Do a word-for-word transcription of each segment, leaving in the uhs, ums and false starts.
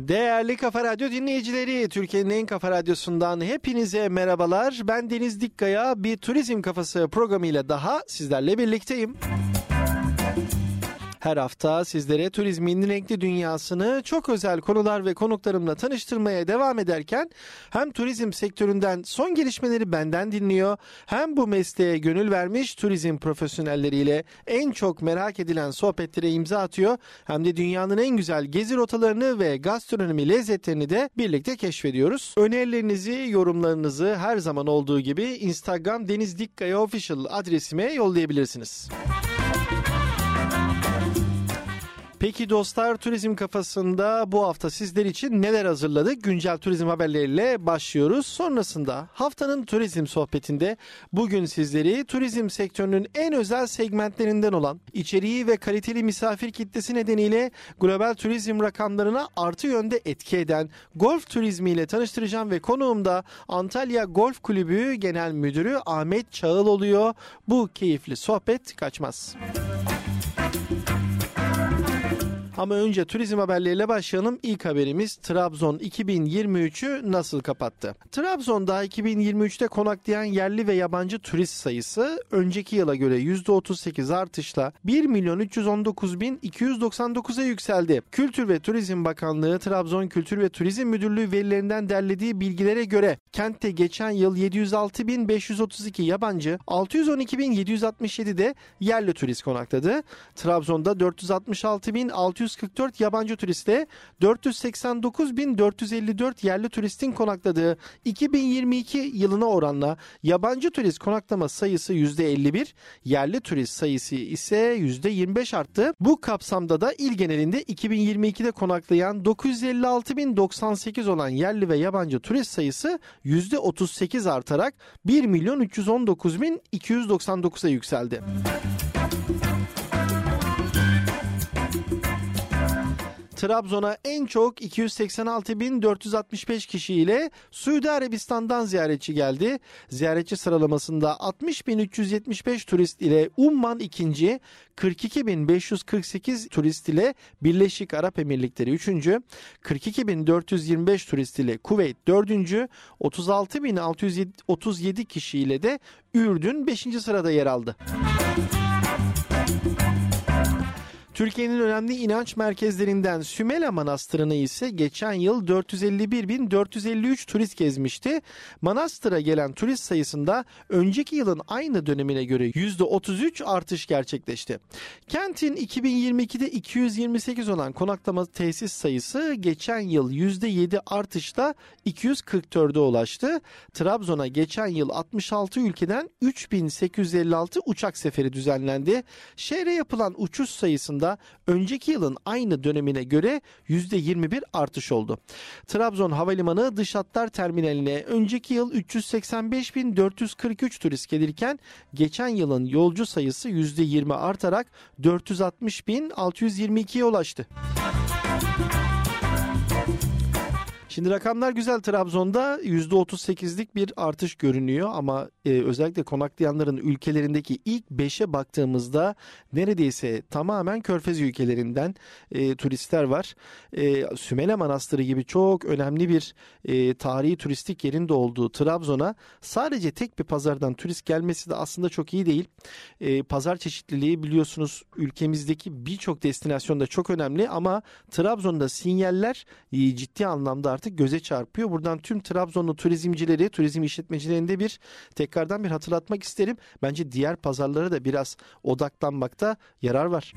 Değerli Kafa Radyo dinleyicileri, Türkiye'nin en kafa radyosundan hepinize merhabalar. Ben Deniz Dikkaya, bir Turizm Kafası programıyla daha sizlerle birlikteyim. Her hafta sizlere turizmin renkli dünyasını çok özel konular ve konuklarımla tanıştırmaya devam ederken hem turizm sektöründen son gelişmeleri benden dinliyor, hem bu mesleğe gönül vermiş turizm profesyonelleriyle en çok merak edilen sohbetlere imza atıyor, hem de dünyanın en güzel gezi rotalarını ve gastronomi lezzetlerini de birlikte keşfediyoruz. Önerilerinizi, yorumlarınızı her zaman olduğu gibi Instagram Deniz Dikkaya Official adresime yollayabilirsiniz. Peki dostlar, Turizm Kafası'nda bu hafta sizler için neler hazırladık? Güncel turizm haberleriyle başlıyoruz. Sonrasında haftanın turizm sohbetinde bugün sizleri turizm sektörünün en özel segmentlerinden olan içeriği ve kaliteli misafir kitlesi nedeniyle global turizm rakamlarına artı yönde etki eden golf turizmiyle tanıştıracağım ve konuğum da Antalya Golf Kulübü Genel Müdürü Ahmet Çağıl oluyor. Bu keyifli sohbet kaçmaz. Ama önce turizm haberleriyle başlayalım. İlk haberimiz Trabzon iki bin yirmi üçü nasıl kapattı? Trabzon'da iki bin yirmi üçte konaklayan yerli ve yabancı turist sayısı önceki yıla göre yüzde otuz sekiz artışla bir milyon üç yüz on dokuz bin iki yüz doksan dokuza yükseldi. Kültür ve Turizm Bakanlığı Trabzon Kültür ve Turizm Müdürlüğü verilerinden derlediği bilgilere göre kentte geçen yıl yedi yüz altı bin beş yüz otuz iki yabancı, altı yüz on iki bin yedi yüz altmış yedi de yerli turist konakladı. Trabzon'da dört yüz altmış altı bin altı yüz kırk dört yabancı turistle dört yüz seksen dokuz bin dört yüz elli dört yerli turistin konakladığı iki bin yirmi iki yılına oranla yabancı turist konaklama sayısı yüzde elli bir, yerli turist sayısı ise yüzde yirmi beş arttı. Bu kapsamda da il genelinde iki bin yirmi ikide konaklayan dokuz yüz elli altı bin doksan sekiz olan yerli ve yabancı turist sayısı yüzde otuz sekiz artarak bir milyon üç yüz on dokuz bin iki yüz doksan dokuza yükseldi. Trabzon'a en çok iki yüz seksen altı bin dört yüz altmış beş kişi ile Suudi Arabistan'dan ziyaretçi geldi. Ziyaretçi sıralamasında altmış bin üç yüz yetmiş beş turist ile Umman ikinci, kırk iki bin beş yüz kırk sekiz turist ile Birleşik Arap Emirlikleri üçüncü, kırk iki bin dört yüz yirmi beş turist ile Kuveyt dördüncü, otuz altı bin altı yüz otuz yedi kişi ile de Ürdün beşinci sırada yer aldı. Türkiye'nin önemli inanç merkezlerinden Sümela Manastırı'nı ise geçen yıl dört yüz elli bir bin dört yüz elli üç turist gezmişti. Manastıra gelen turist sayısında önceki yılın aynı dönemine göre yüzde otuz üç artış gerçekleşti. Kentin iki bin yirmi ikide iki yüz yirmi sekiz olan konaklama tesis sayısı geçen yıl yüzde yedi artışla iki yüz kırk dörde ulaştı. Trabzon'a geçen yıl altmış altı ülkeden üç bin sekiz yüz elli altı uçak seferi düzenlendi. Şehre yapılan uçuş sayısında önceki yılın aynı dönemine göre yüzde yirmi bir artış oldu. Trabzon Havalimanı Dış Hatlar Terminaline önceki yıl üç yüz seksen beş bin dört yüz kırk üç turist gelirken geçen yılın yolcu sayısı yüzde yirmi artarak dört yüz altmış bin altı yüz yirmi ikiye ulaştı. Şimdi rakamlar güzel. Trabzon'da yüzde otuz sekizlik bir artış görünüyor ama e, özellikle konaklayanların ülkelerindeki ilk beşe baktığımızda neredeyse tamamen Körfez ülkelerinden e, turistler var. E, Sümele Manastırı gibi çok önemli bir e, tarihi turistik yerin de olduğu Trabzon'a sadece tek bir pazardan turist gelmesi de aslında çok iyi değil. E, pazar çeşitliliği biliyorsunuz ülkemizdeki birçok destinasyonda çok önemli ama Trabzon'da sinyaller e, ciddi anlamda artık göze çarpıyor. Buradan tüm Trabzonlu turizmcileri, turizm işletmecilerinde bir tekrardan bir hatırlatmak isterim. Bence diğer pazarlara da biraz odaklanmakta yarar var.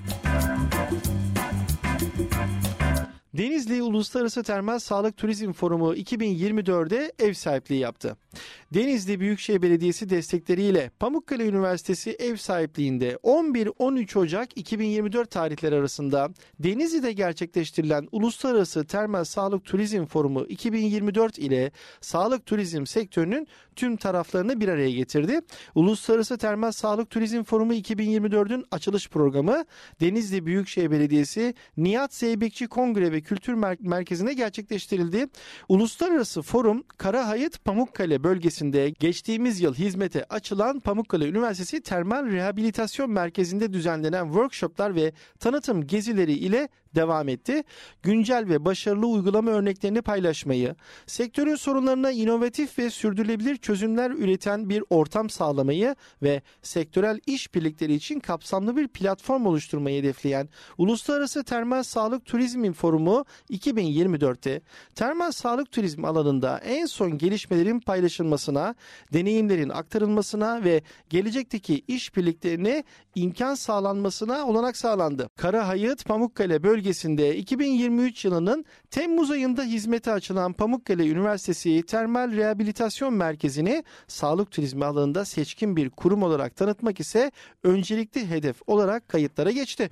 Denizli Uluslararası Termal Sağlık Turizm Forumu iki bin yirmi dörde ev sahipliği yaptı. Denizli Büyükşehir Belediyesi destekleriyle Pamukkale Üniversitesi ev sahipliğinde on bir on üç Ocak iki bin yirmi dört tarihleri arasında Denizli'de gerçekleştirilen Uluslararası Termal Sağlık Turizm Forumu iki bin yirmi dört ile sağlık turizm sektörünün tüm taraflarını bir araya getirdi. Uluslararası Termal Sağlık Turizm Forumu iki bin yirmi dördün açılış programı Denizli Büyükşehir Belediyesi Nihat Zeybekçi Kongre ve Kültür Merkezi'nde gerçekleştirildi. Uluslararası forum Karahayıt Pamukkale bölgesinde geçtiğimiz yıl hizmete açılan Pamukkale Üniversitesi Termal Rehabilitasyon Merkezi'nde düzenlenen workshoplar ve tanıtım gezileri ile devam etti. Güncel ve başarılı uygulama örneklerini paylaşmayı, sektörün sorunlarına inovatif ve sürdürülebilir çözümler üreten bir ortam sağlamayı ve sektörel işbirlikleri için kapsamlı bir platform oluşturmayı hedefleyen Uluslararası Termal Sağlık Turizmi Forumu iki bin yirmi dörtte termal sağlık turizmi alanında en son gelişmelerin paylaşılmasına, deneyimlerin aktarılmasına ve gelecekteki işbirliklerine imkan sağlanmasına olanak sağlandı. Karahayıt Pamukkale bölgesinde iki bin yirmi üç yılının Temmuz ayında hizmete açılan Pamukkale Üniversitesi Termal Rehabilitasyon Merkezi'ni sağlık turizmi alanında seçkin bir kurum olarak tanıtmak ise öncelikli hedef olarak kayıtlara geçti.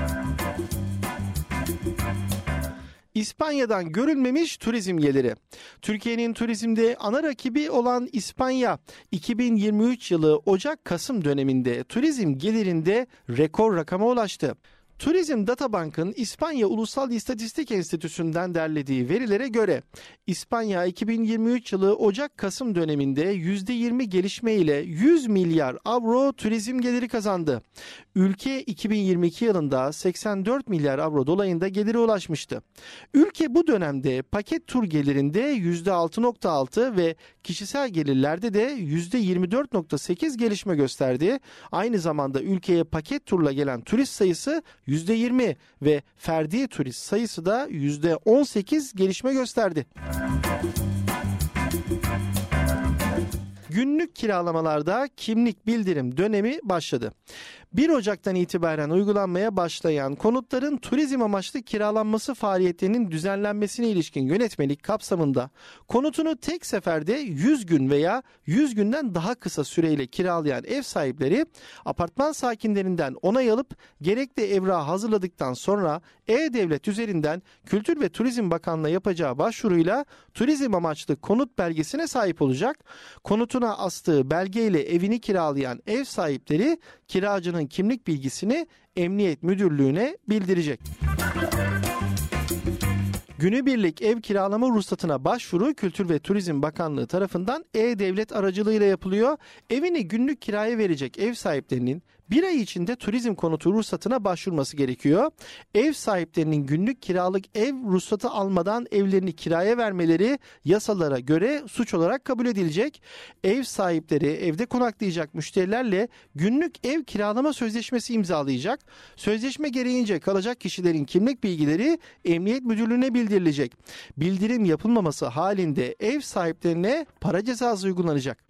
İspanya'dan görülmemiş turizm geliri. Türkiye'nin turizmde ana rakibi olan İspanya, iki bin yirmi üç yılı Ocak-Kasım döneminde turizm gelirinde rekor rakama ulaştı. Turizm Databank'ın İspanya Ulusal İstatistik Enstitüsü'nden derlediği verilere göre İspanya iki bin yirmi üç yılı Ocak-Kasım döneminde yüzde yirmi gelişme ile yüz milyar avro turizm geliri kazandı. Ülke iki bin yirmi iki yılında seksen dört milyar avro dolayında gelire ulaşmıştı. Ülke bu dönemde paket tur gelirinde yüzde altı virgül altı ve kişisel gelirlerde de yüzde yirmi dört virgül sekiz gelişme gösterdi. Aynı zamanda ülkeye paket turla gelen turist sayısı yüzde yirmi ve ferdi turist sayısı da yüzde on sekiz gelişme gösterdi. Günlük kiralamalarda kimlik bildirim dönemi başladı. bir Ocak'tan itibaren uygulanmaya başlayan konutların turizm amaçlı kiralanması faaliyetlerinin düzenlenmesine ilişkin yönetmelik kapsamında konutunu tek seferde yüz gün veya yüz günden daha kısa süreyle kiralayan ev sahipleri apartman sakinlerinden onay alıp gerekli evrağı hazırladıktan sonra E-Devlet üzerinden Kültür ve Turizm Bakanlığı yapacağı başvuruyla turizm amaçlı konut belgesine sahip olacak. Konutuna astığı belgeyle evini kiralayan ev sahipleri kiracının kimlik bilgisini Emniyet Müdürlüğü'ne bildirecek. Günübirlik ev kiralama ruhsatına başvuru Kültür ve Turizm Bakanlığı tarafından E-Devlet aracılığıyla yapılıyor. Evini günlük kiraya verecek ev sahiplerinin bir ay içinde turizm konutu ruhsatına başvurması gerekiyor. Ev sahiplerinin günlük kiralık ev ruhsatı almadan evlerini kiraya vermeleri yasalara göre suç olarak kabul edilecek. Ev sahipleri evde konaklayacak müşterilerle günlük ev kiralama sözleşmesi imzalayacak. Sözleşme gereğince kalacak kişilerin kimlik bilgileri Emniyet Müdürlüğü'ne bildirilecek. Bildirim yapılmaması halinde ev sahiplerine para cezası uygulanacak.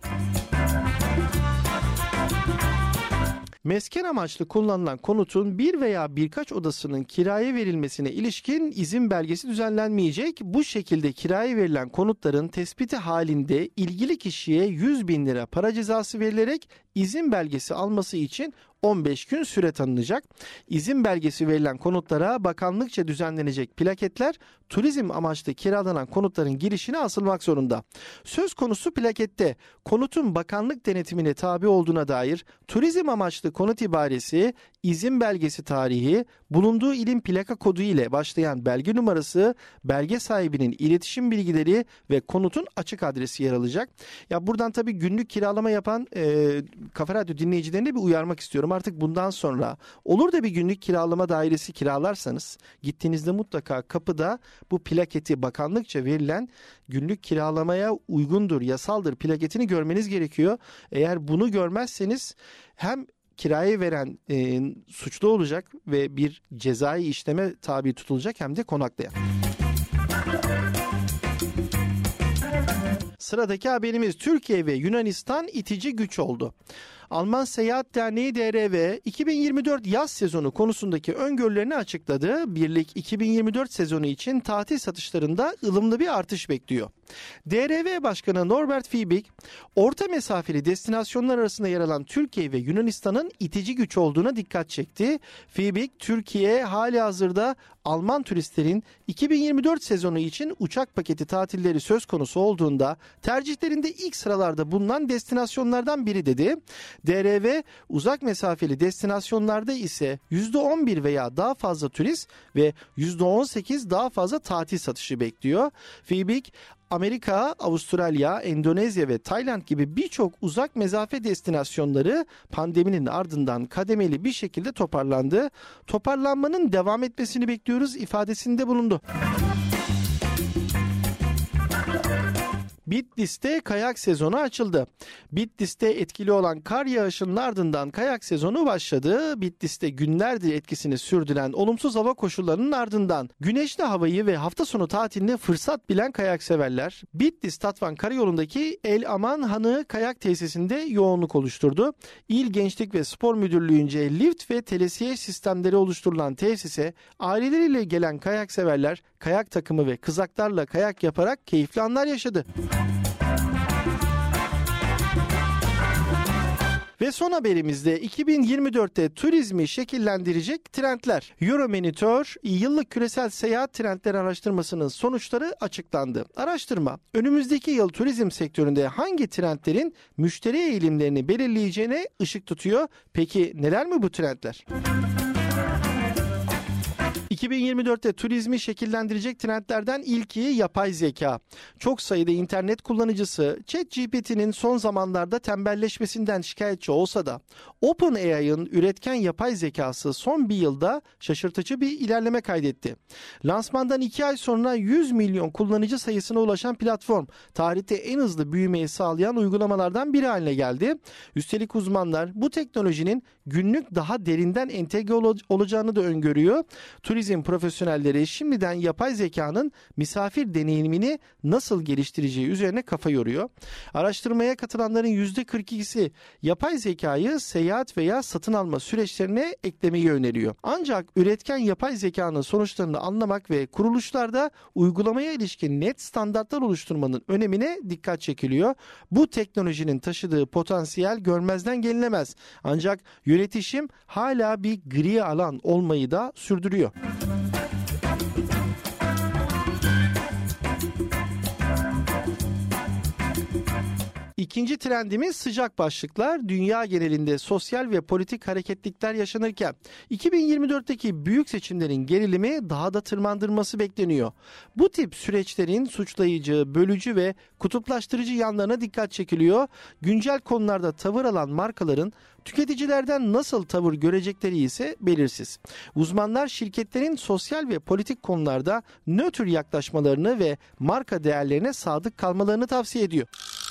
Mesken amaçlı kullanılan konutun bir veya birkaç odasının kiraya verilmesine ilişkin izin belgesi düzenlenmeyecek. Bu şekilde kiraya verilen konutların tespiti halinde ilgili kişiye yüz bin lira para cezası verilerek izin belgesi alması için on beş gün süre tanınacak. İzin belgesi verilen konutlara bakanlıkça düzenlenecek plaketler turizm amaçlı kiralanan konutların girişine asılmak zorunda. Söz konusu plakette konutun bakanlık denetimine tabi olduğuna dair turizm amaçlı konut ibaresi, izin belgesi tarihi, bulunduğu ilin plaka kodu ile başlayan belge numarası, belge sahibinin iletişim bilgileri ve konutun açık adresi yer alacak. Ya buradan tabii günlük kiralama yapan e, Kafa Radyo dinleyicilerini bir uyarmak istiyorum. Artık bundan sonra olur da bir günlük kiralama dairesi kiralarsanız gittiğinizde mutlaka kapıda bu plaketi bakanlıkça verilen günlük kiralamaya uygundur, yasaldır plaketini görmeniz gerekiyor. Eğer bunu görmezseniz hem kirayı veren e, suçlu olacak ve bir cezai işleme tabi tutulacak hem de konaklayan. Sıradaki haberimiz Türkiye ve Yunanistan itici güç oldu. Alman Seyahat Derneği D R V iki bin yirmi dört yaz sezonu konusundaki öngörülerini açıkladı. Birlik iki bin yirmi dört sezonu için tatil satışlarında ılımlı bir artış bekliyor. D R V Başkanı Norbert Fiebig, orta mesafeli destinasyonlar arasında yer alan Türkiye ve Yunanistan'ın itici güç olduğuna dikkat çekti. Fiebig, Türkiye halihazırda Alman turistlerin iki bin yirmi dört sezonu için uçak paketi tatilleri söz konusu olduğunda tercihlerinde ilk sıralarda bulunan destinasyonlardan biri dedi. D R V uzak mesafeli destinasyonlarda ise yüzde on bir veya daha fazla turist ve yüzde on sekiz daha fazla tatil satışı bekliyor. Fibik, Amerika, Avustralya, Endonezya ve Tayland gibi birçok uzak mesafe destinasyonları pandeminin ardından kademeli bir şekilde toparlandı. Toparlanmanın devam etmesini bekliyoruz ifadesinde bulundu. Bitlis'te kayak sezonu açıldı. Bitlis'te etkili olan kar yağışının ardından kayak sezonu başladı. Bitlis'te günlerdir etkisini sürdüren olumsuz hava koşullarının ardından güneşli havayı ve hafta sonu tatilini fırsat bilen kayak severler Bitlis-Tatvan Karayolu'ndaki El Aman Hanı kayak tesisinde yoğunluk oluşturdu. İl Gençlik ve Spor Müdürlüğü'nce lift ve telesiye sistemleri oluşturulan tesise aileleriyle gelen kayak severler kayak takımı ve kızaklarla kayak yaparak keyifli anlar yaşadı. Ve son haberimizde iki bin yirmi dörtte turizmi şekillendirecek trendler. Euromonitor yıllık küresel seyahat trendleri araştırmasının sonuçları açıklandı. Araştırma önümüzdeki yıl turizm sektöründe hangi trendlerin müşteri eğilimlerini belirleyeceğine ışık tutuyor. Peki neler mi bu trendler? iki bin yirmi dörtte turizmi şekillendirecek trendlerden ilki yapay zeka. Çok sayıda internet kullanıcısı ChatGPT'nin son zamanlarda tembelleşmesinden şikayetçi olsa da OpenAI'ın üretken yapay zekası son bir yılda şaşırtıcı bir ilerleme kaydetti. Lansmandan iki ay sonra yüz milyon kullanıcı sayısına ulaşan platform tarihte en hızlı büyümeyi sağlayan uygulamalardan biri haline geldi. Üstelik uzmanlar bu teknolojinin günlük daha derinden entegre ol- olacağını da öngörüyor. Turizm profesyonelleri şimdiden yapay zekanın misafir deneyimini nasıl geliştireceği üzerine kafa yoruyor. Araştırmaya katılanların yüzde kırk ikisi yapay zekayı seyahat veya satın alma süreçlerine eklemeyi öneriyor. Ancak üretken yapay zekanın sonuçlarını anlamak ve kuruluşlarda uygulamaya ilişkin net standartlar oluşturmanın önemine dikkat çekiliyor. Bu teknolojinin taşıdığı potansiyel görmezden gelinemez. Ancak yönetişim hala bir gri alan olmayı da sürdürüyor. İkinci trendimiz sıcak başlıklar. Dünya genelinde sosyal ve politik hareketlilikler yaşanırken iki bin yirmi dörtteki büyük seçimlerin gerilimi daha da tırmandırması bekleniyor. Bu tip süreçlerin suçlayıcı, bölücü ve kutuplaştırıcı yanlarına dikkat çekiliyor. Güncel konularda tavır alan markaların tüketicilerden nasıl tavır görecekleri ise belirsiz. Uzmanlar şirketlerin sosyal ve politik konularda nötr yaklaşmalarını ve marka değerlerine sadık kalmalarını tavsiye ediyor.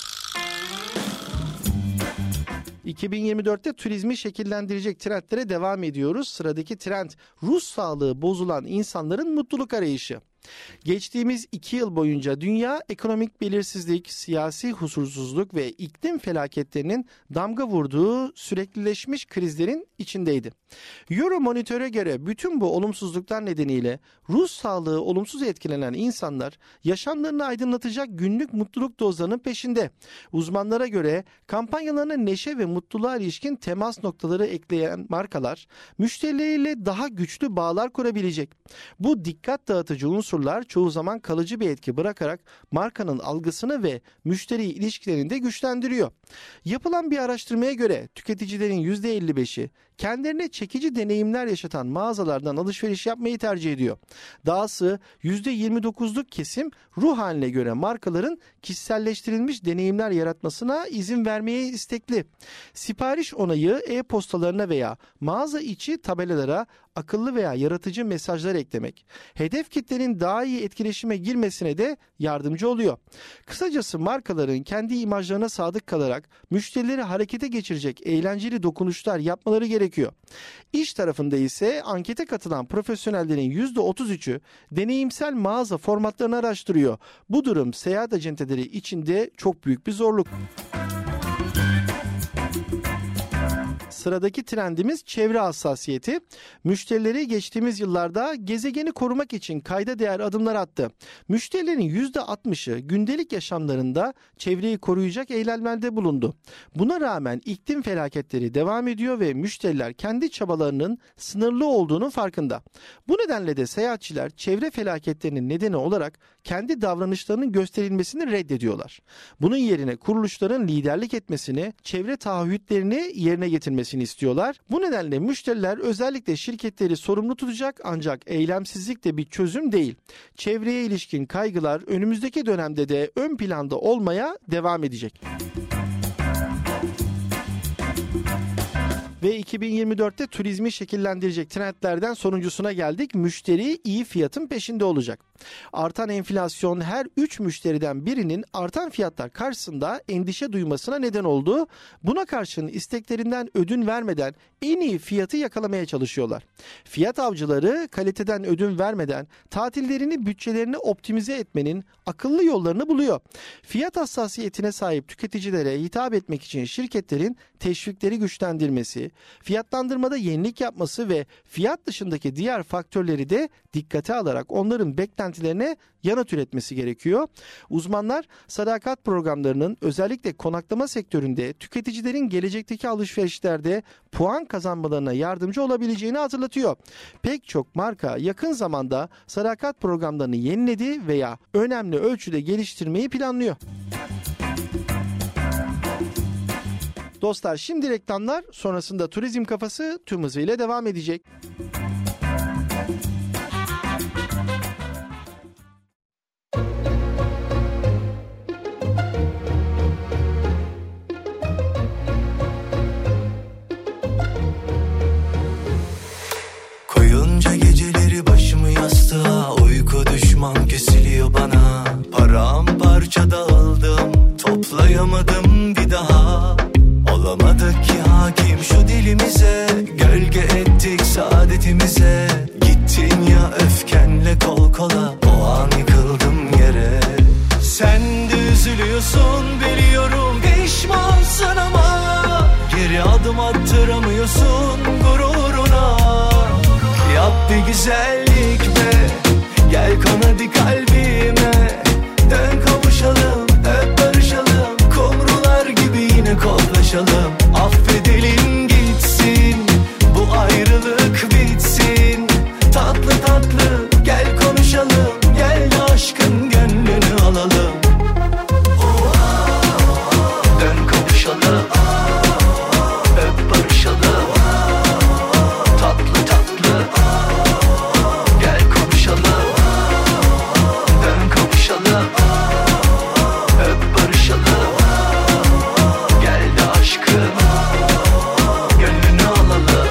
iki bin yirmi dörtte turizmi şekillendirecek trendlere devam ediyoruz. Sıradaki trend ruh sağlığı bozulan insanların mutluluk arayışı. Geçtiğimiz iki yıl boyunca dünya ekonomik belirsizlik, siyasi huzursuzluk ve iklim felaketlerinin damga vurduğu süreklileşmiş krizlerin içindeydi. Euromonitor'a göre bütün bu olumsuzluklar nedeniyle ruh sağlığı olumsuz etkilenen insanlar yaşamlarını aydınlatacak günlük mutluluk dozlarının peşinde. Uzmanlara göre kampanyalarına neşe ve mutluluğa ilişkin temas noktaları ekleyen markalar müşterileriyle daha güçlü bağlar kurabilecek. Bu dikkat dağıtıcı unsurlar çoğu zaman kalıcı bir etki bırakarak markanın algısını ve müşteri ilişkilerini de güçlendiriyor. Yapılan bir araştırmaya göre tüketicilerin yüzde elli beşi kendilerine çekici deneyimler yaşatan mağazalardan alışveriş yapmayı tercih ediyor. Dahası yüzde yirmi dokuzluk kesim ruh haline göre markaların kişiselleştirilmiş deneyimler yaratmasına izin vermeye istekli. Sipariş onayı e-postalarına veya mağaza içi tabelalara akıllı veya yaratıcı mesajlar eklemek, hedef kitlenin daha iyi etkileşime girmesine de yardımcı oluyor. Kısacası markaların kendi imajlarına sadık kalarak müşterileri harekete geçirecek eğlenceli dokunuşlar yapmaları gerekiyor. İş tarafında ise ankete katılan profesyonellerin yüzde otuz üçü deneyimsel mağaza formatlarını araştırıyor. Bu durum seyahat acenteleri için de çok büyük bir zorluk. Sıradaki trendimiz çevre hassasiyeti. Müşterileri geçtiğimiz yıllarda gezegeni korumak için kayda değer adımlar attı. Müşterilerin yüzde altmışı gündelik yaşamlarında çevreyi koruyacak eylemlerde bulundu. Buna rağmen iklim felaketleri devam ediyor ve müşteriler kendi çabalarının sınırlı olduğunun farkında. Bu nedenle de seyahatçiler çevre felaketlerinin nedeni olarak kendi davranışlarının gösterilmesini reddediyorlar. Bunun yerine kuruluşların liderlik etmesini, çevre taahhütlerini yerine getirmesini istiyorlar. Bu nedenle müşteriler özellikle şirketleri sorumlu tutacak, ancak eylemsizlik de bir çözüm değil. Çevreye ilişkin kaygılar önümüzdeki dönemde de ön planda olmaya devam edecek. Ve iki bin yirmi dörtte turizmi şekillendirecek trendlerden sonuncusuna geldik. Müşteri iyi fiyatın peşinde olacak. Artan enflasyon her üç müşteriden birinin artan fiyatlar karşısında endişe duymasına neden oldu. Buna karşın isteklerinden ödün vermeden en iyi fiyatı yakalamaya çalışıyorlar. Fiyat avcıları kaliteden ödün vermeden tatillerini, bütçelerini optimize etmenin akıllı yollarını buluyor. Fiyat hassasiyetine sahip tüketicilere hitap etmek için şirketlerin teşvikleri güçlendirmesi, fiyatlandırmada yenilik yapması ve fiyat dışındaki diğer faktörleri de dikkate alarak onların beklentilerine yanıt üretmesi gerekiyor. Uzmanlar sadakat programlarının özellikle konaklama sektöründe tüketicilerin gelecekteki alışverişlerde puan kazanmalarına yardımcı olabileceğini hatırlatıyor. Pek çok marka yakın zamanda sadakat programlarını yeniledi veya önemli ölçüde geliştirmeyi planlıyor. Dostlar, şimdi reklamlar, sonrasında Turizm Kafası tüm hızıyla devam edecek. Koyunca geceleri başımı yastığa, uyku düşman kesiliyor bana. Paramparça dağıldım, toplayamadım bir daha. Olamadık ki hakim şu dilimize, gölge ettik saadetimize. Gittin ya öfkenle kol kola, o an yıkıldım yere. Sen de üzülüyorsun biliyorum, pişmansın ama geri adım attıramıyorsun gururuna. Yap bir güzellik be, gel kon hadi kalbime. Dön kavuşalım, öp barışalım, kumrular gibi yine koklaşalım. Affedelim gitsin, bu ayrılık bitsin. Tatlı tatlı gel konuşalım, gel de aşkın gönlünü alalım. Dön kavuşalım, öp barışalım. Tatlı tatlı gel konuşalım. Dön kavuşalım, öp barışalım. Gel de aşkın gönlünü alalım.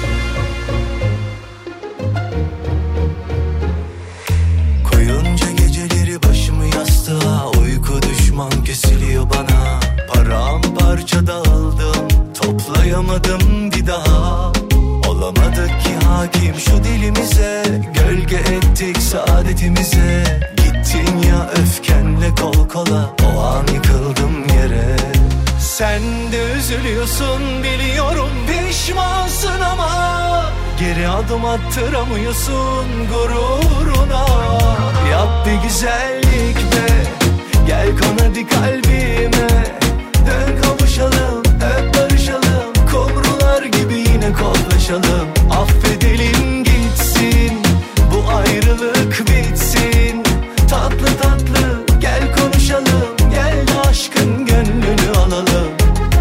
Koyunca geceleri başımı yastığa, uyku düşman kesiliyor bana. Paramparça dağıldım, toplayamadım bir daha. Olamadık ki hakim şu dilimize, gölge ettik saadetimize. Gittin ya öfkenle kol kola, o an yıkıldım yere. Sen de üzülüyorsun biliyorum, pişmansın ama geri adım attıramıyorsun gururuna. Yap bir güzellik be, gel kon hadi kalbime. Dön kavuşalım, öp barışalım, kumrular gibi yine koklaşalım. Affedelim gitsin, bu ayrılık bitsin. Tatlı tatlı gel konuşalım, gel de aşkın gönlünü alalım.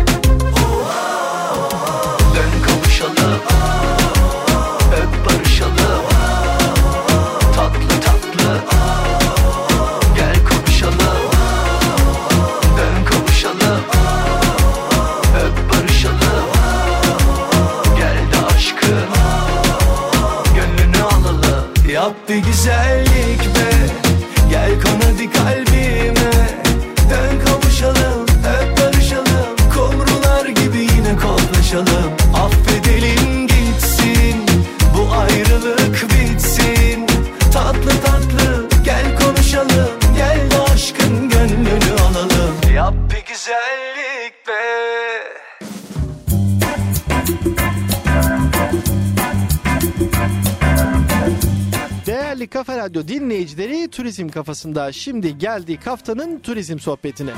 Dön kavuşalım, öp barışalım. Tatlı tatlı gel konuşalım. Dön kavuşalım, öp barışalım. Gel de aşkın gönlünü alalım. Yap bir güzellik be, gel kon hadi kalbime. Dön kavuşalım, öp barışalım, kumrular gibi yine koklaşalım. Affedelim gitsin, bu ayrılık bitsin. Tatlı tatlı gel konuşalım, gel de aşkın gönlünü alalım. Yap bir güzellik be. Değerli Kafa Radyo dinleyicileri, Turizm Kafasında şimdi geldik haftanın turizm sohbetine.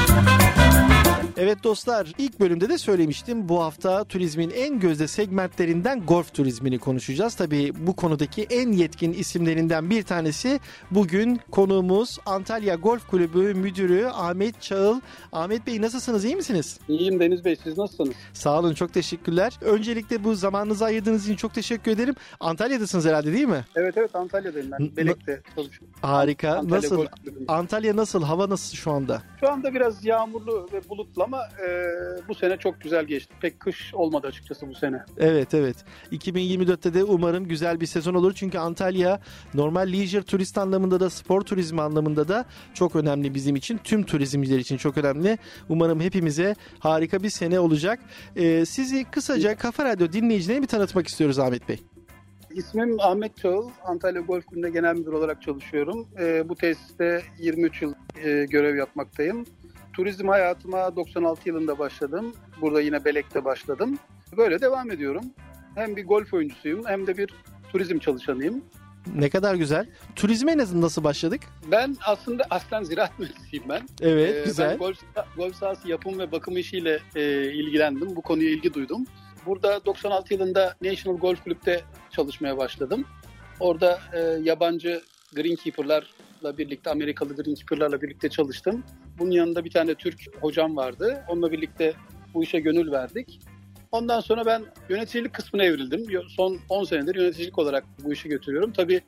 Evet dostlar, ilk bölümde de söylemiştim. Bu hafta turizmin en gözde segmentlerinden golf turizmini konuşacağız. Tabii bu konudaki en yetkin isimlerinden bir tanesi bugün konuğumuz Antalya Golf Kulübü Müdürü Ahmet Çağıl. Ahmet Bey, nasılsınız, iyi misiniz? İyiyim Deniz Bey, siz nasılsınız? Sağ olun, çok teşekkürler. Öncelikle bu zamanınızı ayırdığınız için çok teşekkür ederim. Antalya'dasınız herhalde, değil mi? Evet evet, Antalya'dayım ben. Belek'te çalışıyorum. Harika. Antalya Nasıl? Golf Kulübü'nde. Antalya nasıl? Hava nasıl şu anda? Şu anda biraz yağmurlu ve bulutlu ama e, bu sene çok güzel geçti. Pek kış olmadı açıkçası bu sene. Evet evet. iki bin yirmi dörtte de umarım güzel bir sezon olur. Çünkü Antalya normal leisure turist anlamında da spor turizmi anlamında da çok önemli bizim için. Tüm turizmciler için çok önemli. Umarım hepimize harika bir sene olacak. Ee, sizi kısaca Kafa Radyo dinleyicilerine bir tanıtmak istiyoruz Ahmet Bey. İsmim Ahmet Çağıl. Antalya Golf Kulübü'nde genel müdür olarak çalışıyorum. E, bu tesiste yirmi üç yıl e, görev yapmaktayım. Turizm hayatıma doksan altı yılında başladım. Burada yine Belek'te başladım. Böyle devam ediyorum. Hem bir golf oyuncusuyum hem de bir turizm çalışanıyım. Ne kadar güzel. Turizme nasıl başladık? Ben aslında aslen ziraat mühendisiyim ben. Evet, Ee, güzel. Ben golf, golf sahası yapım ve bakım işiyle e, ilgilendim. Bu konuya ilgi duydum. Burada doksan altı yılında National Golf Club'de çalışmaya başladım. Orada e, yabancı greenkeeper'larla birlikte, Amerikalı greenkeeper'larla birlikte çalıştım. Bunun yanında bir tane Türk hocam vardı. Onunla birlikte bu işe gönül verdik. Ondan sonra ben yöneticilik kısmına evrildim. Son on senedir yöneticilik olarak bu işi götürüyorum. Tabii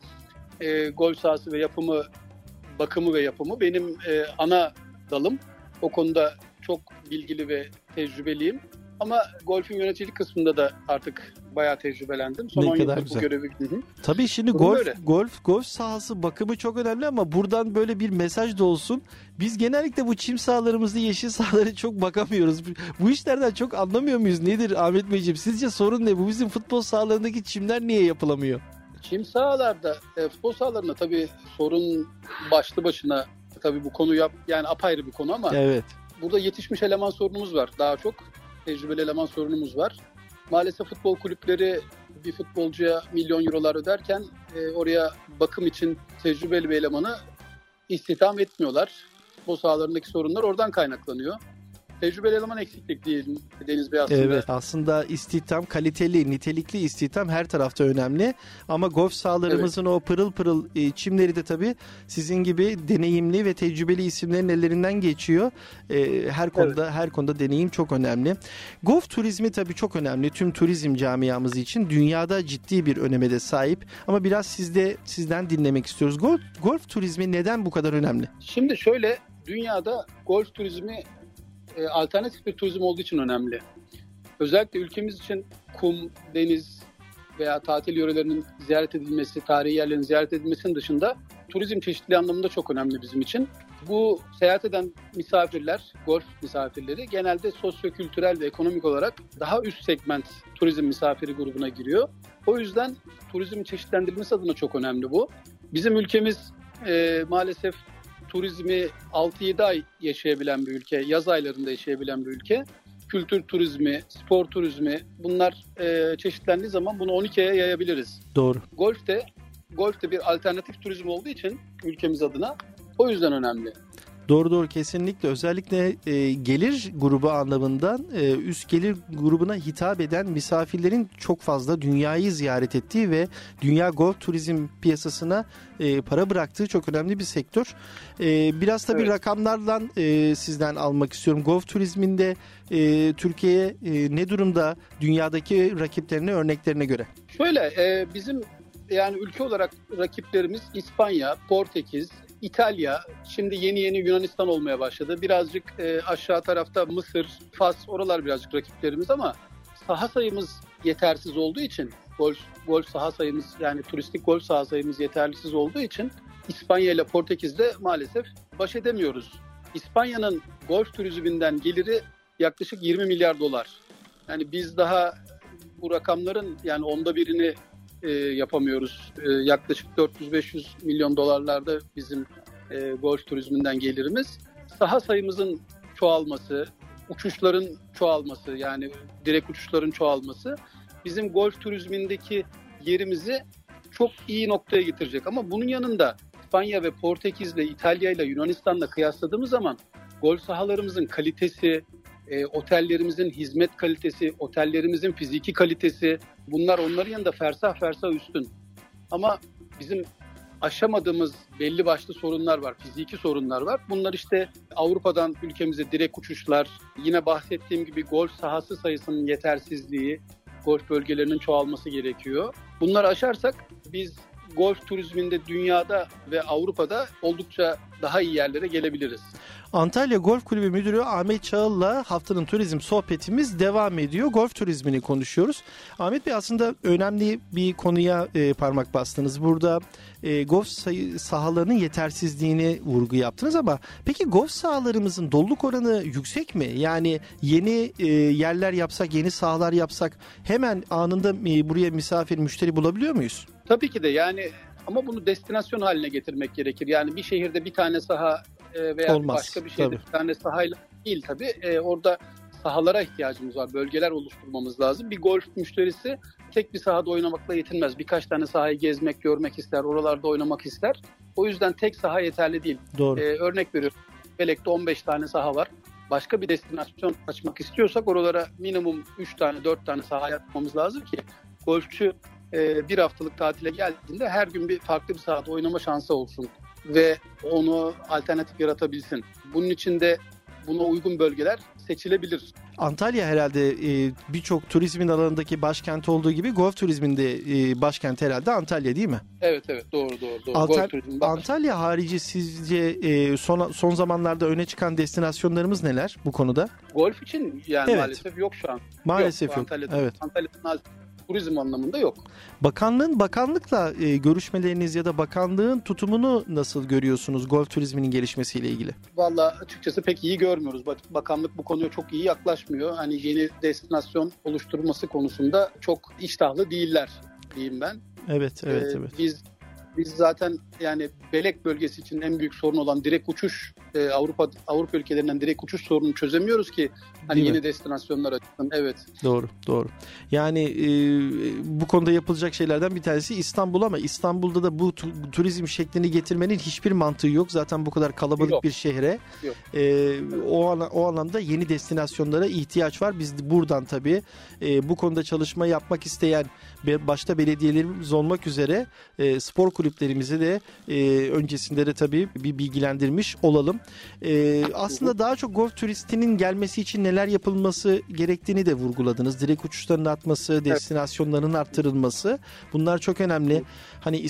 e, golf sahası ve yapımı, bakımı ve yapımı benim e, ana dalım. O konuda çok bilgili ve tecrübeliyim. Ama golfün yöneticilik kısmında da artık bayağı tecrübelendim. Son Ne on kadar yıldır güzel. bu görevi. Hı hı. Tabii şimdi Durum golf böyle. golf golf sahası bakımı çok önemli ama buradan böyle bir mesaj da olsun. Biz genellikle bu çim sahalarımızda, yeşil sahalara çok bakamıyoruz. Bu işlerden çok anlamıyor muyuz? Nedir Ahmet Beyciğim? Sizce sorun ne? Bu bizim futbol sahalarındaki çimler niye yapılamıyor? Çim sahalarda, e, futbol sahalarında tabii sorun başlı başına, tabii bu konu yap, yani apayrı bir konu ama Evet. burada yetişmiş eleman sorunumuz var. Daha çok tecrübeli eleman sorunumuz var. Maalesef futbol kulüpleri bir futbolcuya milyon eurolar öderken e, oraya bakım için tecrübeli bir elemanı istihdam etmiyorlar. Futbol sahalarındaki sorunlar oradan kaynaklanıyor. Tecrübeli eleman eksiklik değil Deniz Bey aslında. Evet, aslında istihdam, kaliteli, nitelikli istihdam her tarafta önemli. Ama golf sahalarımızın evet. o pırıl pırıl e, çimleri de tabii sizin gibi deneyimli ve tecrübeli isimlerin ellerinden geçiyor. E, her konuda evet. her konuda deneyim çok önemli. Golf turizmi tabii çok önemli. Tüm turizm camiamız için dünyada ciddi bir öneme de sahip. Ama biraz sizde sizden dinlemek istiyoruz. Golf, golf turizmi neden bu kadar önemli? Şimdi şöyle, dünyada golf turizmi alternatif bir turizm olduğu için önemli. Özellikle ülkemiz için kum, deniz veya tatil yörelerinin ziyaret edilmesi, tarihi yerlerin ziyaret edilmesinin dışında turizm çeşitliliği anlamında çok önemli bizim için. Bu seyahat eden misafirler, golf misafirleri genelde sosyo-kültürel ve ekonomik olarak daha üst segment turizm misafiri grubuna giriyor. O yüzden turizmin çeşitlendirilmesi adına çok önemli bu. Bizim ülkemiz e, maalesef turizmi altı yedi ay yaşayabilen bir ülke, yaz aylarında yaşayabilen bir ülke. Kültür turizmi, spor turizmi, bunlar e, çeşitlendiği zaman bunu on iki aya yayabiliriz. Doğru. Golf de, golf de bir alternatif turizm olduğu için ülkemiz adına o yüzden önemli. Doğru doğru, kesinlikle. Özellikle e, gelir grubu anlamından e, üst gelir grubuna hitap eden misafirlerin çok fazla dünyayı ziyaret ettiği ve dünya golf turizm piyasasına e, para bıraktığı çok önemli bir sektör. E, biraz tabii evet. rakamlarla e, sizden almak istiyorum. Golf turizminde e, Türkiye e, ne durumda dünyadaki rakiplerine, örneklerine göre? Şöyle e, bizim yani ülke olarak rakiplerimiz İspanya, Portekiz, İtalya, şimdi yeni yeni Yunanistan olmaya başladı. Birazcık e, aşağı tarafta Mısır, Fas, oralar birazcık rakiplerimiz ama saha sayımız yetersiz olduğu için, golf, golf saha sayımız, yani turistik golf saha sayımız yetersiz olduğu için İspanya ile Portekiz'de maalesef baş edemiyoruz. İspanya'nın golf turizminden geliri yaklaşık yirmi milyar dolar. Yani biz daha bu rakamların yani onda birini E, yapamıyoruz. E, yaklaşık dört yüz beş yüz milyon dolarlarda bizim e, golf turizminden gelirimiz. Saha sayımızın çoğalması, uçuşların çoğalması, yani direkt uçuşların çoğalması bizim golf turizmindeki yerimizi çok iyi noktaya getirecek. Ama bunun yanında İspanya ve Portekiz'le, İtalya'yla, Yunanistan'la kıyasladığımız zaman golf sahalarımızın kalitesi, e, otellerimizin hizmet kalitesi, otellerimizin fiziki kalitesi, bunlar onların yanında fersah fersah üstün. Ama bizim aşamadığımız belli başlı sorunlar var, fiziki sorunlar var. Bunlar işte Avrupa'dan ülkemize direkt uçuşlar, yine bahsettiğim gibi golf sahası sayısının yetersizliği, golf bölgelerinin çoğalması gerekiyor. Bunları aşarsak biz golf turizminde dünyada ve Avrupa'da oldukça daha iyi yerlere gelebiliriz. Antalya Golf Kulübü Müdürü Ahmet Çağıl'la haftanın turizm sohbetimiz devam ediyor. Golf turizmini konuşuyoruz. Ahmet Bey, aslında önemli bir konuya e, parmak bastınız. Burada e, golf sayı, sahalarının yetersizliğini vurgu yaptınız ama peki golf sahalarımızın doluluk oranı yüksek mi? Yani yeni e, yerler yapsak, yeni sahalar yapsak hemen anında e, buraya misafir, müşteri bulabiliyor muyuz? Tabii ki de, yani ama bunu destinasyon haline getirmek gerekir. Yani bir şehirde bir tane saha veya Olmaz, başka bir şehirde tabii. bir tane sahayla değil tabii. E, orada sahalara ihtiyacımız var. Bölgeler oluşturmamız lazım. Bir golf müşterisi tek bir sahada oynamakla yetinmez. Birkaç tane sahayı gezmek, görmek ister. Oralarda oynamak ister. O yüzden tek saha yeterli değil. Doğru. E, örnek veriyorum. Belek'te on beş tane saha var. Başka bir destinasyon açmak istiyorsak oralara minimum üç tane, dört tane saha yapmamız lazım ki golfçü e, bir haftalık tatile geldiğinde her gün bir farklı bir sahada oynama şansı olsun ve onu alternatif yaratabilsin. Bunun için de buna uygun bölgeler seçilebilir. Antalya herhalde e, birçok turizmin alanındaki başkent olduğu gibi golf turizminde e, başkent herhalde Antalya, değil mi? Evet evet doğru doğru. doğru. Antal- golf turizmi var. Antalya harici sizce e, son son zamanlarda öne çıkan destinasyonlarımız neler bu konuda? Golf için yani Evet. maalesef yok şu an. Maalesef yok. Antalya'da, Evet. Antalya'da turizm anlamında yok. Bakanlığın bakanlıkla e, görüşmeleriniz ya da bakanlığın tutumunu nasıl görüyorsunuz golf turizminin gelişmesiyle ilgili? Vallahi açıkçası pek iyi görmüyoruz. Bak- Bakanlık bu konuya çok iyi yaklaşmıyor. Hani yeni destinasyon oluşturması konusunda çok iştahlı değiller diyeyim ben. Evet, evet, Ee, evet. Biz biz zaten yani Belek bölgesi için en büyük sorun olan direkt uçuş, e, Avrupa Avrupa ülkelerinden direkt uçuş sorununu çözemiyoruz ki hani Değil mi? yeni destinasyonlar açılsın. Evet. Doğru, doğru. Yani e, bu konuda yapılacak şeylerden bir tanesi İstanbul, ama İstanbul'da da bu, tu- bu turizm şeklini getirmenin hiçbir mantığı yok. Zaten bu kadar kalabalık Yok. bir şehre. Yok. E, o ana- o anlamda yeni destinasyonlara ihtiyaç var. Biz de buradan tabii e, bu konuda çalışma yapmak isteyen ve başta belediyelerimiz olmak üzere e, spor kulüplerimizi de e, öncesinde de tabii bir bilgilendirmiş olalım. E, aslında daha çok golf turistinin gelmesi için neler yapılması gerektiğini de vurguladınız. Direkt uçuşların artması, destinasyonların arttırılması, bunlar çok önemli. Hani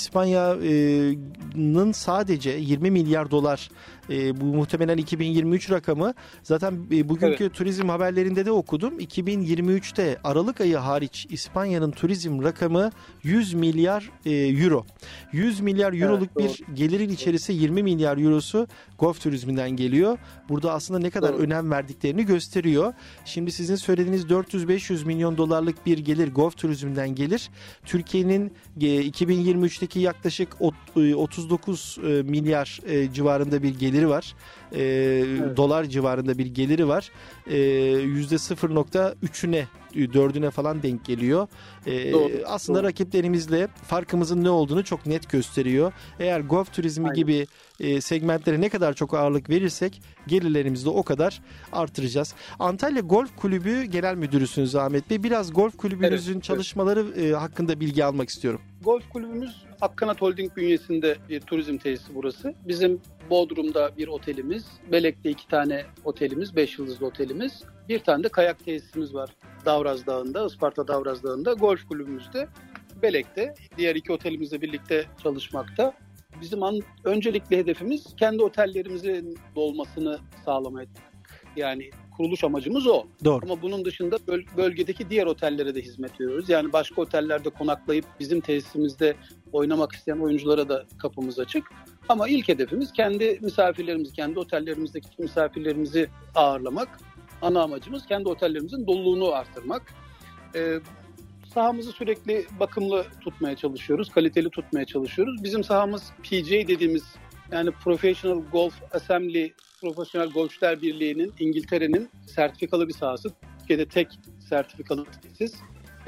İspanya'nın sadece yirmi milyar dolar, e, bu muhtemelen iki bin yirmi üç rakamı. Zaten e, bugünkü turizm haberlerinde de okudum. iki bin yirmi üçte Aralık ayı hariç İspanya'nın turizm rakamı yüz milyar e, euro. yüz milyar euroluk doğru. bir gelirin içerisi yirmi milyar eurosu golf turizminden geliyor. Burada aslında ne kadar Doğru. önem verdiklerini gösteriyor. Şimdi sizin söylediğiniz dört yüz beş yüz milyon dolarlık bir gelir golf turizminden gelir. Türkiye'nin e, iki bin yirmi üçteki yaklaşık ot- e, otuz dokuz e, milyar e, civarında bir geliri var. E, Dolar civarında bir geliri var. E, yüzde sıfır nokta üçüne dördüne falan denk geliyor. E, Doğru, aslında doğru. rakiplerimizle farkımızın ne olduğunu çok net gösteriyor. Eğer golf turizmi Aynen. gibi e, segmentlere ne kadar çok ağırlık verirsek gelirlerimizi de o kadar artıracağız. Antalya Golf Kulübü Genel Müdürüsünüz Ahmet Bey. Biraz golf kulübünüzün Evet, çalışmaları e, hakkında bilgi almak istiyorum. Golf kulübümüz Akkanat Holding bünyesinde bir turizm tesisi burası. Bizim Bodrum'da bir otelimiz, Belek'te iki tane otelimiz, beş yıldızlı otelimiz. Bir tane de kayak tesisimiz var Davraz Dağı'nda, Isparta Davraz Dağı'nda. Golf kulübümüz de Belek'te. Diğer iki otelimizle birlikte çalışmakta. Bizim an, öncelikli hedefimiz kendi otellerimizin dolmasını sağlamak. Yani kuruluş amacımız o. Doğru. Ama bunun dışında böl- bölgedeki diğer otellere de hizmet veriyoruz. Yani başka otellerde konaklayıp bizim tesisimizde oynamak isteyen oyunculara da kapımız açık. Ama ilk hedefimiz kendi misafirlerimizi, kendi otellerimizdeki misafirlerimizi ağırlamak. Ana amacımız kendi otellerimizin doluluğunu artırmak. Ee, sahamızı sürekli bakımlı tutmaya çalışıyoruz, kaliteli tutmaya çalışıyoruz. Bizim sahamız P G A dediğimiz, yani Professional Golf Assembly, Profesyonel Golfçüler Birliği'nin, İngiltere'nin sertifikalı bir sahası. Türkiye'de tek sertifikalı tesis.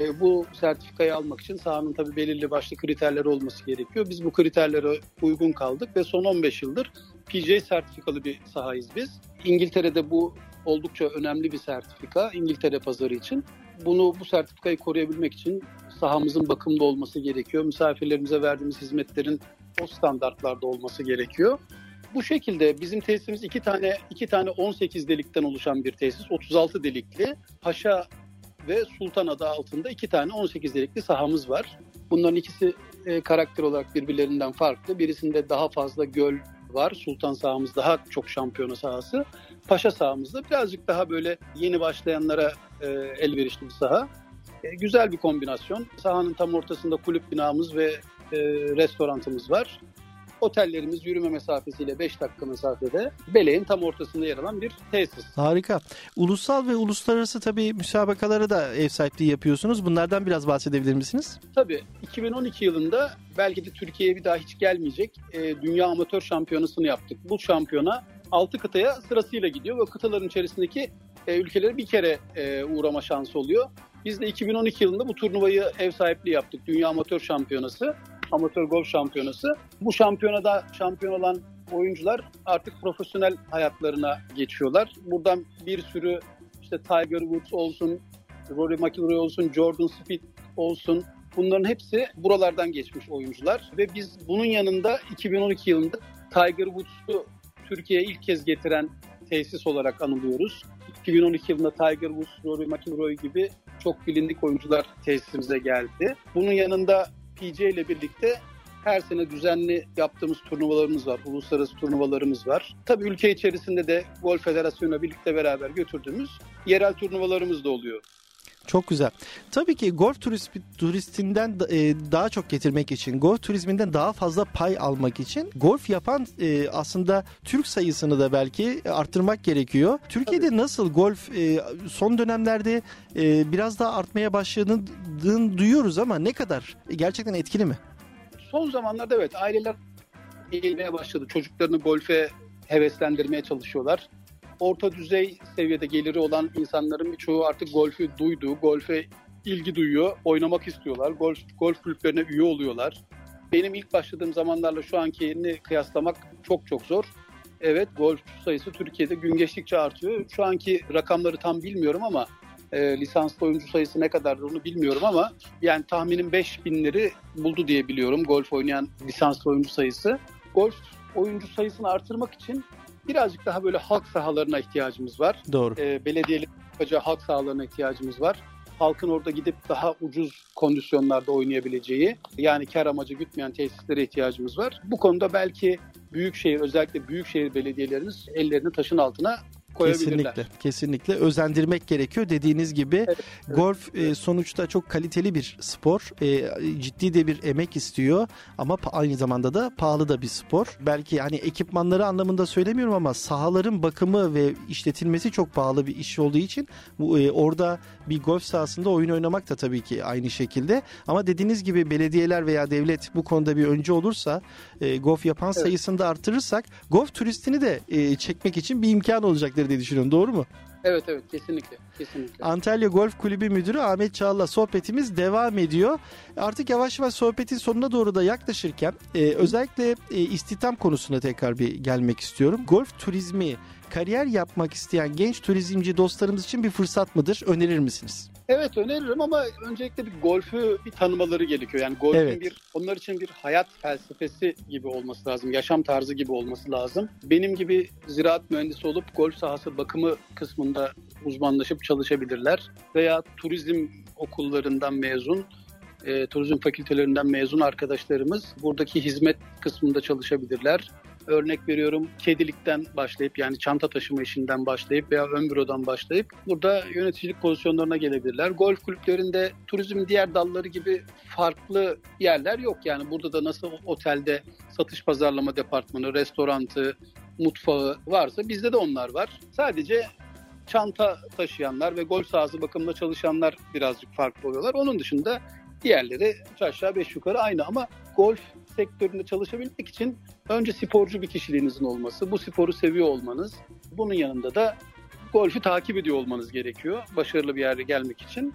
E, bu sertifikayı almak için sahanın tabii belirli başlı kriterleri olması gerekiyor. Biz bu kriterlere uygun kaldık ve son on beş yıldır P G A sertifikalı bir sahayız biz. İngiltere'de bu oldukça önemli bir sertifika İngiltere pazarı için. Bunu bu sertifikayı koruyabilmek için sahamızın bakımda olması gerekiyor. Misafirlerimize verdiğimiz hizmetlerin o standartlarda olması gerekiyor. Bu şekilde bizim tesisimiz iki tane iki tane on sekiz delikten oluşan bir tesis. otuz altı delikli. Paşa ve Sultan adı altında iki tane on sekiz delikli sahamız var. Bunların ikisi e, karakter olarak birbirlerinden farklı. Birisinde daha fazla göl var. Sultan sahamız daha çok şampiyona sahası. Paşa sahamızda birazcık daha böyle yeni başlayanlara e, elverişli bir saha. E, güzel bir kombinasyon. Sahanın tam ortasında kulüp binamız ve e, restorantımız var. Otellerimiz yürüme mesafesiyle beş dakika mesafede. Beleğin tam ortasında yer alan bir tesis. Harika. Ulusal ve uluslararası tabii müsabakalara da ev sahipliği yapıyorsunuz. Bunlardan biraz bahsedebilir misiniz? Tabii. iki bin on iki yılında belki de Türkiye'ye bir daha hiç gelmeyecek e, Dünya Amatör Şampiyonası'nı yaptık. Bu şampiyona altı kıtaya sırasıyla gidiyor ve kıtaların içerisindeki e, ülkelere bir kere e, uğrama şansı oluyor. Biz de iki bin on iki yılında bu turnuvayı ev sahipliği yaptık. Dünya Amatör Şampiyonası, Amatör Golf Şampiyonası. Bu şampiyonada şampiyon olan oyuncular artık profesyonel hayatlarına geçiyorlar. Buradan bir sürü işte Tiger Woods olsun, Rory McIlroy olsun, Jordan Spieth olsun. Bunların hepsi buralardan geçmiş oyuncular. Ve biz bunun yanında iki bin on iki yılında Tiger Woods'u Türkiye'ye ilk kez getiren tesis olarak anılıyoruz. iki bin on iki yılında Tiger Woods, Rory McIlroy gibi çok bilindik oyuncular tesisimize geldi. Bunun yanında P G A ile birlikte her sene düzenli yaptığımız turnuvalarımız var, uluslararası turnuvalarımız var. Tabii ülke içerisinde de Golf Federasyonu'na birlikte beraber götürdüğümüz yerel turnuvalarımız da oluyor. Çok güzel. Tabii ki golf turist, turistinden e, daha çok getirmek için, golf turizminden daha fazla pay almak için golf yapan e, aslında Türk sayısını da belki arttırmak gerekiyor. Türkiye'de Tabii. nasıl golf e, son dönemlerde e, biraz daha artmaya başladığını duyuyoruz ama ne kadar? Gerçekten etkili mi? Son zamanlarda evet, aileler eğilmeye başladı. Çocuklarını golfe heveslendirmeye çalışıyorlar. Orta düzey seviyede geliri olan insanların birçoğu artık golfü duydu, golfe ilgi duyuyor, oynamak istiyorlar, golf golf kulüplerine üye oluyorlar. Benim ilk başladığım zamanlarla şu ankini kıyaslamak çok çok zor. Evet, golf sayısı Türkiye'de gün geçtikçe artıyor. Şu anki rakamları tam bilmiyorum ama e, lisanslı oyuncu sayısı ne kadardır onu bilmiyorum ama yani tahminim beş binleri buldu diye biliyorum golf oynayan lisanslı oyuncu sayısı. Golf oyuncu sayısını artırmak için birazcık daha böyle halk sahalarına ihtiyacımız var. Doğru. E, belediyelerin yapacağı halk sahalarına ihtiyacımız var. Halkın orada gidip daha ucuz kondisyonlarda oynayabileceği, yani kar amacı gütmeyen tesislere ihtiyacımız var. Bu konuda belki büyükşehir, özellikle büyükşehir belediyelerimiz ellerini taşın altına koyabilirler. Kesinlikle, kesinlikle özendirmek gerekiyor. Dediğiniz gibi evet, golf evet. E, sonuçta çok kaliteli bir spor. E, ciddi de bir emek istiyor ama aynı zamanda da pahalı da bir spor. Belki hani ekipmanları anlamında söylemiyorum ama sahaların bakımı ve işletilmesi çok pahalı bir iş olduğu için bu, e, orada bir golf sahasında oyun oynamak da tabii ki aynı şekilde. Ama dediğiniz gibi belediyeler veya devlet bu konuda bir öncü olursa, e, golf yapan evet. sayısını da artırırsak golf turistini de e, çekmek için bir imkan olacaktır diye düşünüyorum. Doğru mu? Evet evet kesinlikle. kesinlikle. Antalya Golf Kulübü Müdürü Ahmet Çağlar'la sohbetimiz devam ediyor. Artık yavaş yavaş sohbetin sonuna doğru da yaklaşırken e, özellikle e, istihdam konusuna tekrar bir gelmek istiyorum. Golf turizmi kariyer yapmak isteyen genç turizmci dostlarımız için bir fırsat mıdır? Önerir misiniz? Evet öneririm ama öncelikle bir golfü bir tanımaları gerekiyor. Yani golfün evet. bir onlar için bir hayat felsefesi gibi olması lazım. Yaşam tarzı gibi olması lazım. Benim gibi ziraat mühendisi olup golf sahası bakımı kısmında uzmanlaşıp çalışabilirler. Veya turizm okullarından mezun, e, turizm fakültelerinden mezun arkadaşlarımız buradaki hizmet kısmında çalışabilirler. Örnek veriyorum, kedilikten başlayıp yani çanta taşıma işinden başlayıp veya ön bürodan başlayıp burada yöneticilik pozisyonlarına gelebilirler. Golf kulüplerinde turizm diğer dalları gibi farklı yerler yok. Yani burada da nasıl otelde satış pazarlama departmanı, restorantı, mutfağı varsa bizde de onlar var. Sadece çanta taşıyanlar ve golf sahası bakımında çalışanlar birazcık farklı oluyorlar. Onun dışında diğerleri üç aşağı beş yukarı aynı ama golf sektöründe çalışabilmek için önce sporcu bir kişiliğinizin olması, bu sporu seviyor olmanız, bunun yanında da golfü takip ediyor olmanız gerekiyor başarılı bir yere gelmek için.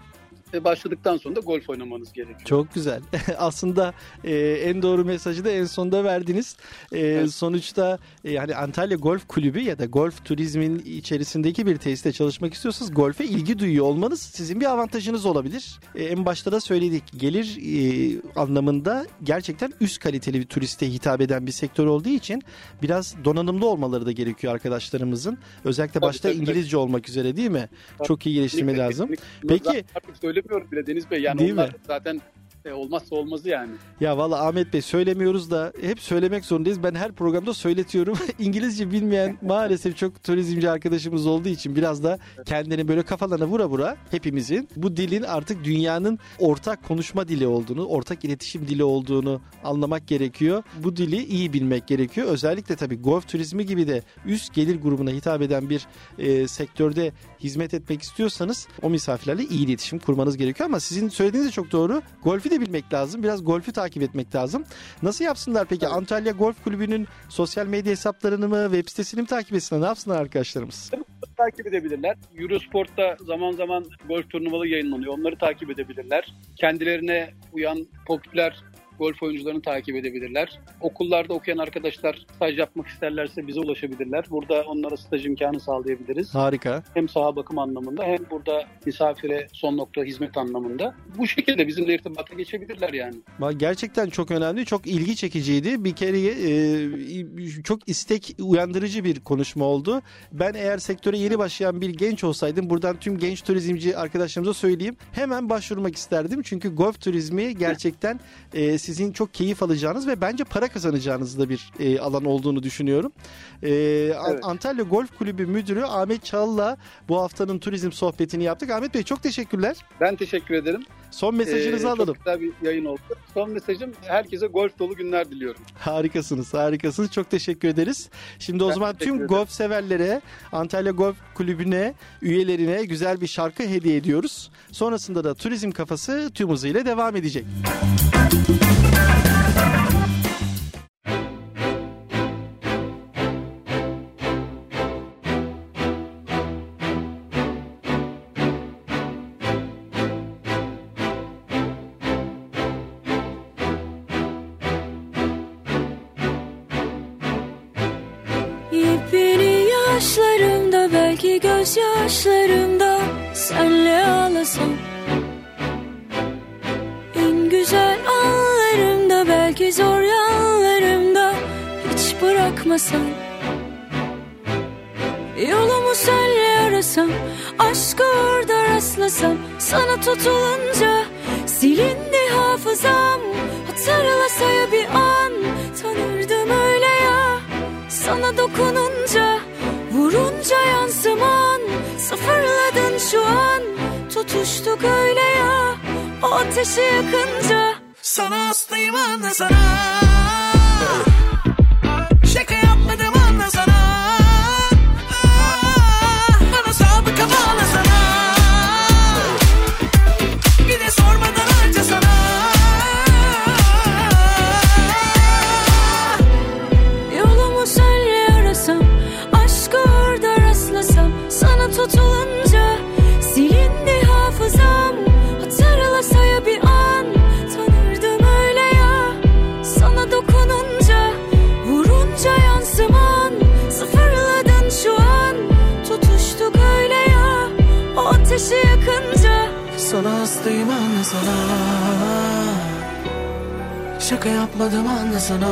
başladıktan sonra da golf oynamanız gerekiyor. Çok güzel. Aslında e, en doğru mesajı da en sonunda verdiniz. E, evet. Sonuçta e, yani Antalya Golf Kulübü ya da golf turizmin içerisindeki bir tesiste çalışmak istiyorsanız golfe ilgi duyuyor olmanız sizin bir avantajınız olabilir. E, en başta da söyledik. Gelir e, anlamında gerçekten üst kaliteli bir turiste hitap eden bir sektör olduğu için biraz donanımlı olmaları da gerekiyor arkadaşlarımızın. Özellikle başta tabii, tabii, İngilizce tabii. olmak üzere değil mi? Tabii. Çok iyi geliştirme lazım. Peki. Artık söylemiyorum bile Deniz Bey. Yani değil onlar mi? Zaten olmazsa olmazı yani. Ya valla Ahmet Bey söylemiyoruz da hep söylemek zorundayız. Ben her programda söyletiyorum. İngilizce bilmeyen maalesef çok turizmci arkadaşımız olduğu için biraz da kendilerini böyle kafalarına vura vura hepimizin bu dilin artık dünyanın ortak konuşma dili olduğunu, ortak iletişim dili olduğunu anlamak gerekiyor. Bu dili iyi bilmek gerekiyor. Özellikle tabii golf turizmi gibi de üst gelir grubuna hitap eden bir e, sektörde hizmet etmek istiyorsanız o misafirlerle iyi iletişim kurmanız gerekiyor. Ama sizin söylediğiniz de çok doğru. Golfü de bilmek lazım. Biraz golfü takip etmek lazım. Nasıl yapsınlar peki? Evet. Antalya Golf Kulübü'nün sosyal medya hesaplarını mı, web sitesini mi takip etsinler? Ne yapsınlar arkadaşlarımız? Takip edebilirler. Eurosport'ta zaman zaman golf turnuvaları yayınlanıyor. Onları takip edebilirler. Kendilerine uyan popüler golf oyuncularını takip edebilirler. Okullarda okuyan arkadaşlar staj yapmak isterlerse bize ulaşabilirler. Burada onlara staj imkanı sağlayabiliriz. Harika. Hem saha bakım anlamında hem burada misafire son nokta hizmet anlamında. Bu şekilde bizimle irtibata geçebilirler yani. Gerçekten çok önemli, çok ilgi çekiciydi. Bir kere e, çok istek uyandırıcı bir konuşma oldu. Ben eğer sektöre yeni başlayan bir genç olsaydım, buradan tüm genç turizmci arkadaşlarımıza söyleyeyim. Hemen başvurmak isterdim. Çünkü golf turizmi gerçekten e, sizin çok keyif alacağınız ve bence para kazanacağınız da bir e, alan olduğunu düşünüyorum. E, evet. Antalya Golf Kulübü Müdürü Ahmet Çal'la bu haftanın turizm sohbetini yaptık. Ahmet Bey çok teşekkürler. Ben teşekkür ederim. Son mesajınızı ee, alalım. Çok güzel bir yayın oldu. Son mesajım herkese golf dolu günler diliyorum. Harikasınız, harikasınız. Çok teşekkür ederiz. Şimdi o ben zaman tüm ederim. golf severlere, Antalya Golf Kulübü'ne, üyelerine güzel bir şarkı hediye ediyoruz. Sonrasında da Turizm Kafası tüm hızıyla devam edecek. Yaşlarımda belki gözyaşlarımda senle ağlasam, en güzel anlarımda belki zor yanlarımda hiç bırakmasam, yolumu senle arasam, aşka orada rastlasam, sana tutulunca silindi hafızam, hatırlasa ya bir an tanırdım öyle ya, sana dokununca vurunca yansıman, sıfırladın şu an, tutuştuk öyle ya, o ateşi yakınca. Sana hastayım anla sana, şaka yapmadım anla sana, bana sabıka bağla sana, bir de sormadan harca sana. Yolumu senle arasam, aşkı orada rastlasam, sana tutulunca silindi hafızam, hatırlasa ya bir an tanırdım öyle ya, sana dokununca vurunca yansıman, sıfırladın şu an, tutuştuk öyle ya, o ateşi yakınca. Sana hastayım anla sana, şaka yapmadım anla sana,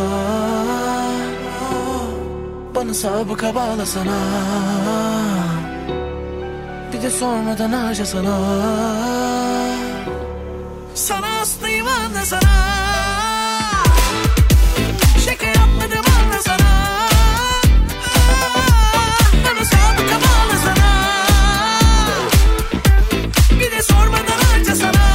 bana sabıka bağla sana, bir de sormadan harca sana. Sana hastayım anla sana, şaka yapmadım anla sana, bana sabıka bağla sana, bir de sormadan harca sana.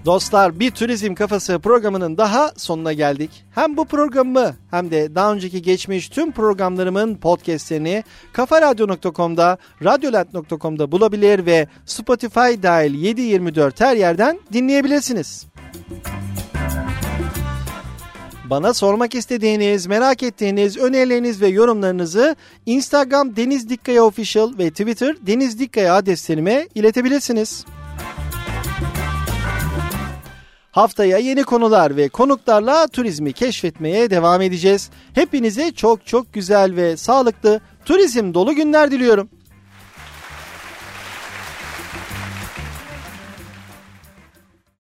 Dostlar, bir Turizm Kafası programının daha sonuna geldik. Hem bu programı hem de daha önceki geçmiş tüm programlarımın podcastlerini kafaradyo nokta com'da, radyolent nokta com'da bulabilir ve Spotify dahil yedi yirmi dört her yerden dinleyebilirsiniz. Bana sormak istediğiniz, merak ettiğiniz önerileriniz ve yorumlarınızı Instagram Deniz Dikkaya Official ve Twitter Deniz Dikkaya adreslerime iletebilirsiniz. Haftaya yeni konular ve konuklarla turizmi keşfetmeye devam edeceğiz. Hepinize çok çok güzel ve sağlıklı, turizm dolu günler diliyorum.